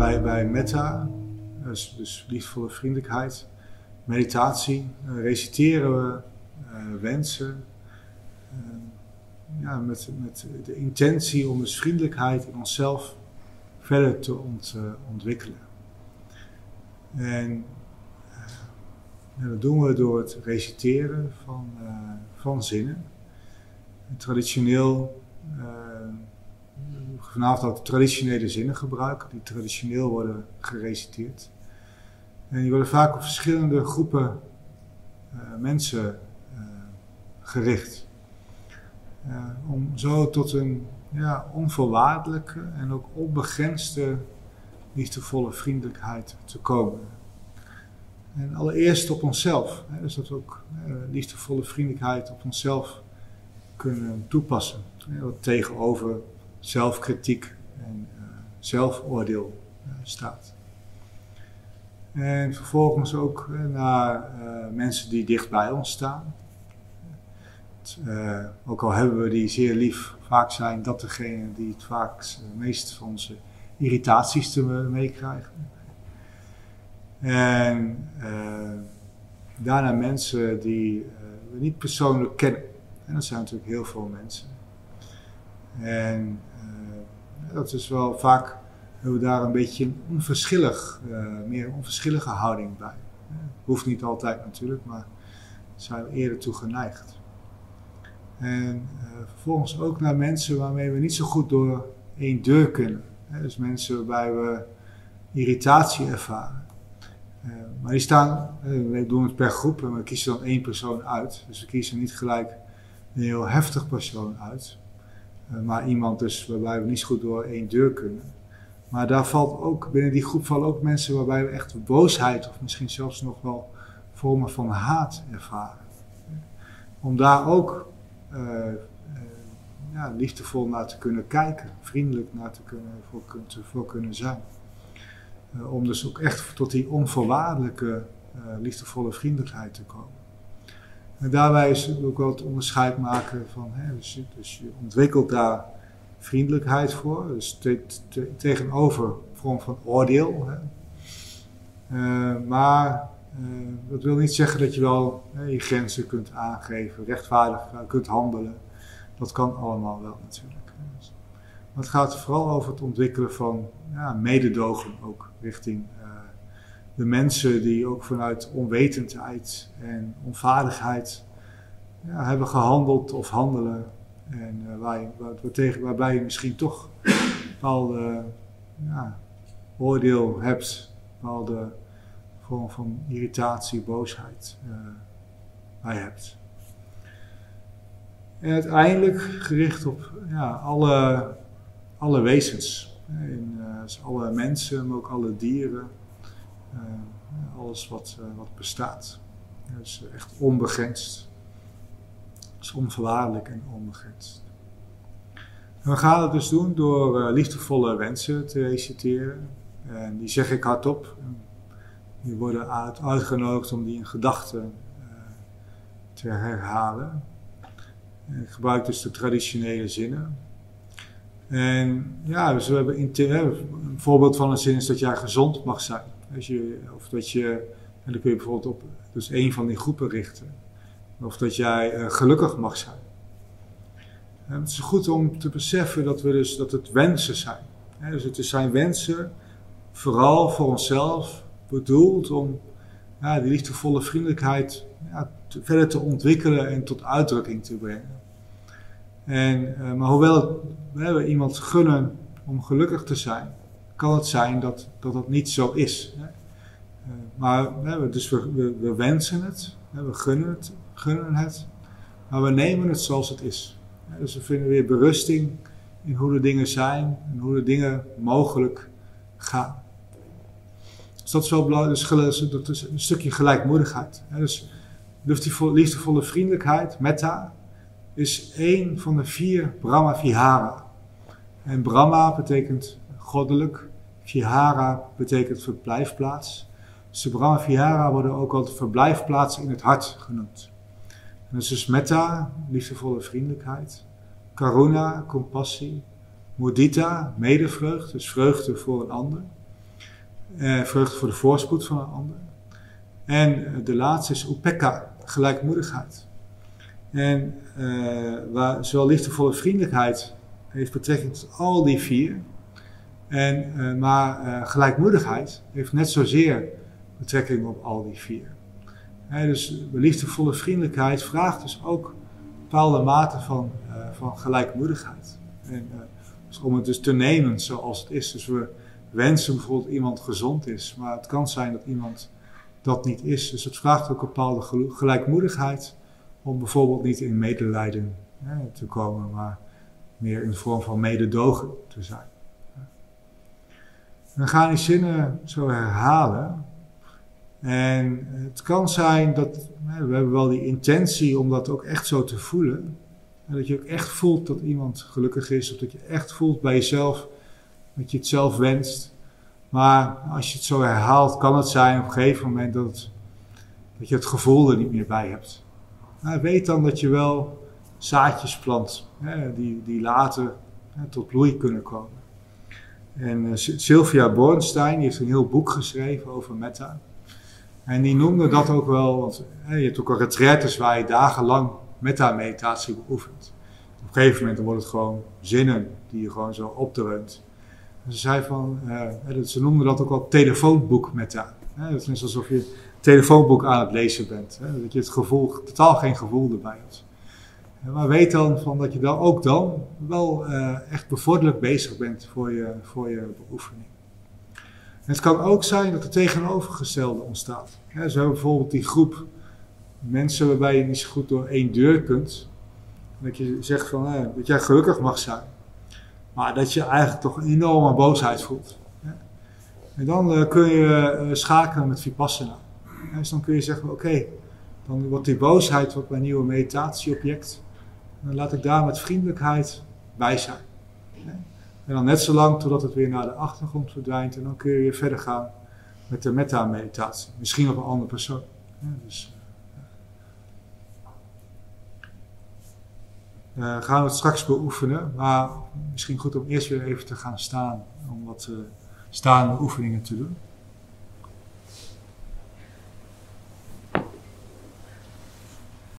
bij metta, dus liefdevolle vriendelijkheid, meditatie, reciteren we wensen met de intentie om dus vriendelijkheid in onszelf verder te ontwikkelen. En dat doen we door het reciteren van zinnen. En traditioneel, vanavond ook traditionele zinnen gebruiken, die traditioneel worden gereciteerd. En die worden vaak op verschillende groepen mensen gericht. Om zo tot een onvoorwaardelijke en ook onbegrensde liefdevolle vriendelijkheid te komen. En allereerst op onszelf. Dus dat we ook liefdevolle vriendelijkheid op onszelf kunnen toepassen. Wat tegenover zelfkritiek en zelfoordeel staat. En vervolgens ook naar mensen die dicht bij ons staan. Ook al hebben we die zeer lief, vaak zijn dat degenen die het vaakst meest van onze irritaties te meekrijgen. En daarna mensen die we niet persoonlijk kennen. En dat zijn natuurlijk heel veel mensen. En dat is wel vaak, hebben we daar een beetje een meer onverschillige houding bij. Hoeft niet altijd natuurlijk, maar daar zijn we eerder toe geneigd. En vervolgens ook naar mensen waarmee we niet zo goed door één deur kunnen. Dus mensen waarbij we irritatie ervaren. Maar die staan, we doen het per groep en we kiezen dan één persoon uit. Dus we kiezen niet gelijk een heel heftig persoon uit. Maar iemand dus waarbij we niet zo goed door één deur kunnen. Maar daar valt ook, binnen die groep vallen ook mensen waarbij we echt boosheid of misschien zelfs nog wel vormen van haat ervaren. Om daar ook liefdevol naar te kunnen kijken, vriendelijk naar voor kunnen zijn. Om dus ook echt tot die onvoorwaardelijke, liefdevolle vriendelijkheid te komen. En daarbij is ook wel het onderscheid maken van, dus je ontwikkelt daar vriendelijkheid voor, dus tegenover een vorm van oordeel. Maar dat wil niet zeggen dat je wel je grenzen kunt aangeven, rechtvaardig kunt handelen. Dat kan allemaal wel natuurlijk. Maar het gaat vooral over het ontwikkelen van mededogen ook richting de mensen die ook vanuit onwetendheid en onvaardigheid hebben gehandeld of handelen. En waarbij je misschien toch een bepaalde oordeel hebt, een bepaalde vorm van irritatie, boosheid bij hebt. En uiteindelijk gericht op alle wezens. Dus alle mensen, maar ook alle dieren. Alles wat bestaat. Dus echt onbegrensd. Dus onvoorwaardelijk en onbegrensd. En we gaan het dus doen door liefdevolle wensen te reciteren. En die zeg ik hardop. Die worden uitgenodigd om die in gedachten te herhalen. En ik gebruik dus de traditionele zinnen. En dus we hebben een voorbeeld van een zin is dat jij gezond mag zijn. En dan kun je bijvoorbeeld op dus één van die groepen richten. Of dat jij gelukkig mag zijn. En het is goed om te beseffen dat het wensen zijn. Dus het zijn wensen, vooral voor onszelf, bedoeld om die liefdevolle vriendelijkheid verder te ontwikkelen en tot uitdrukking te brengen. Maar hoewel we iemand gunnen om gelukkig te zijn, kan het zijn dat dat niet zo is. Maar we wensen het, we gunnen het, maar we nemen het zoals het is. Dus we vinden weer berusting in hoe de dingen zijn en hoe de dingen mogelijk gaan. Dus dat is wel belangrijk, dat is een stukje gelijkmoedigheid. Dus liefdevolle vriendelijkheid, metta, is één van de 4 Brahma Vihara. En Brahma betekent goddelijk, Vihara betekent verblijfplaats. Dus de Brahma Vihara worden ook altijd verblijfplaatsen in het hart genoemd. En dat is dus metta, liefdevolle vriendelijkheid, karuna, compassie, mudita, medevreugd, dus vreugde voor een ander. Vreugde voor de voorspoed van een ander. En de laatste is upekkha, gelijkmoedigheid. En zowel liefdevolle vriendelijkheid heeft betrekking tot al die 4. Maar gelijkmoedigheid heeft net zozeer betrekking op al die 4. Dus liefdevolle vriendelijkheid vraagt dus ook bepaalde mate van gelijkmoedigheid. Dus om het dus te nemen zoals het is. Dus we wensen bijvoorbeeld iemand gezond is, maar het kan zijn dat iemand dat niet is. Dus het vraagt ook een bepaalde gelijkmoedigheid om bijvoorbeeld niet in medelijden te komen, maar meer in de vorm van mededogen te zijn. We gaan die zinnen zo herhalen. En het kan zijn dat, we hebben wel die intentie om dat ook echt zo te voelen. Dat je ook echt voelt dat iemand gelukkig is, of dat je echt voelt bij jezelf dat je het zelf wenst. Maar als je het zo herhaalt, kan het zijn op een gegeven moment dat je het gevoel er niet meer bij hebt. Weet dan dat je wel zaadjes plant, die later tot bloei kunnen komen. En Sylvia Boornstein die heeft een heel boek geschreven over metta. En die noemde dat ook wel, want je hebt ook al retraites waar je dagenlang metta-meditatie beoefent. Op een gegeven moment dan wordt het gewoon zinnen die je gewoon zo opdreunt. En ze zei ze noemde dat ook wel telefoonboek metta. Het is net alsof je een telefoonboek aan het lezen bent. Dat je het gevoel, totaal geen gevoel erbij hebt. Maar weet dan dat je dan ook wel echt bevorderlijk bezig bent voor je beoefening. En het kan ook zijn dat het tegenovergestelde ontstaat. Zo hebben we bijvoorbeeld die groep mensen waarbij je niet zo goed door 1 deur kunt. Dat je zegt dat jij gelukkig mag zijn. Maar dat je eigenlijk toch een enorme boosheid voelt. En dan kun je schakelen met Vipassana. Dus dan kun je zeggen, oké, dan wordt die boosheid mijn nieuwe meditatieobject. En dan laat ik daar met vriendelijkheid bij zijn. En dan net zo lang totdat het weer naar de achtergrond verdwijnt. En dan kun je weer verder gaan met de metta-meditatie. Misschien op een andere persoon. Gaan we het straks beoefenen. Maar misschien goed om eerst weer even te gaan staan. Om wat staande oefeningen te doen.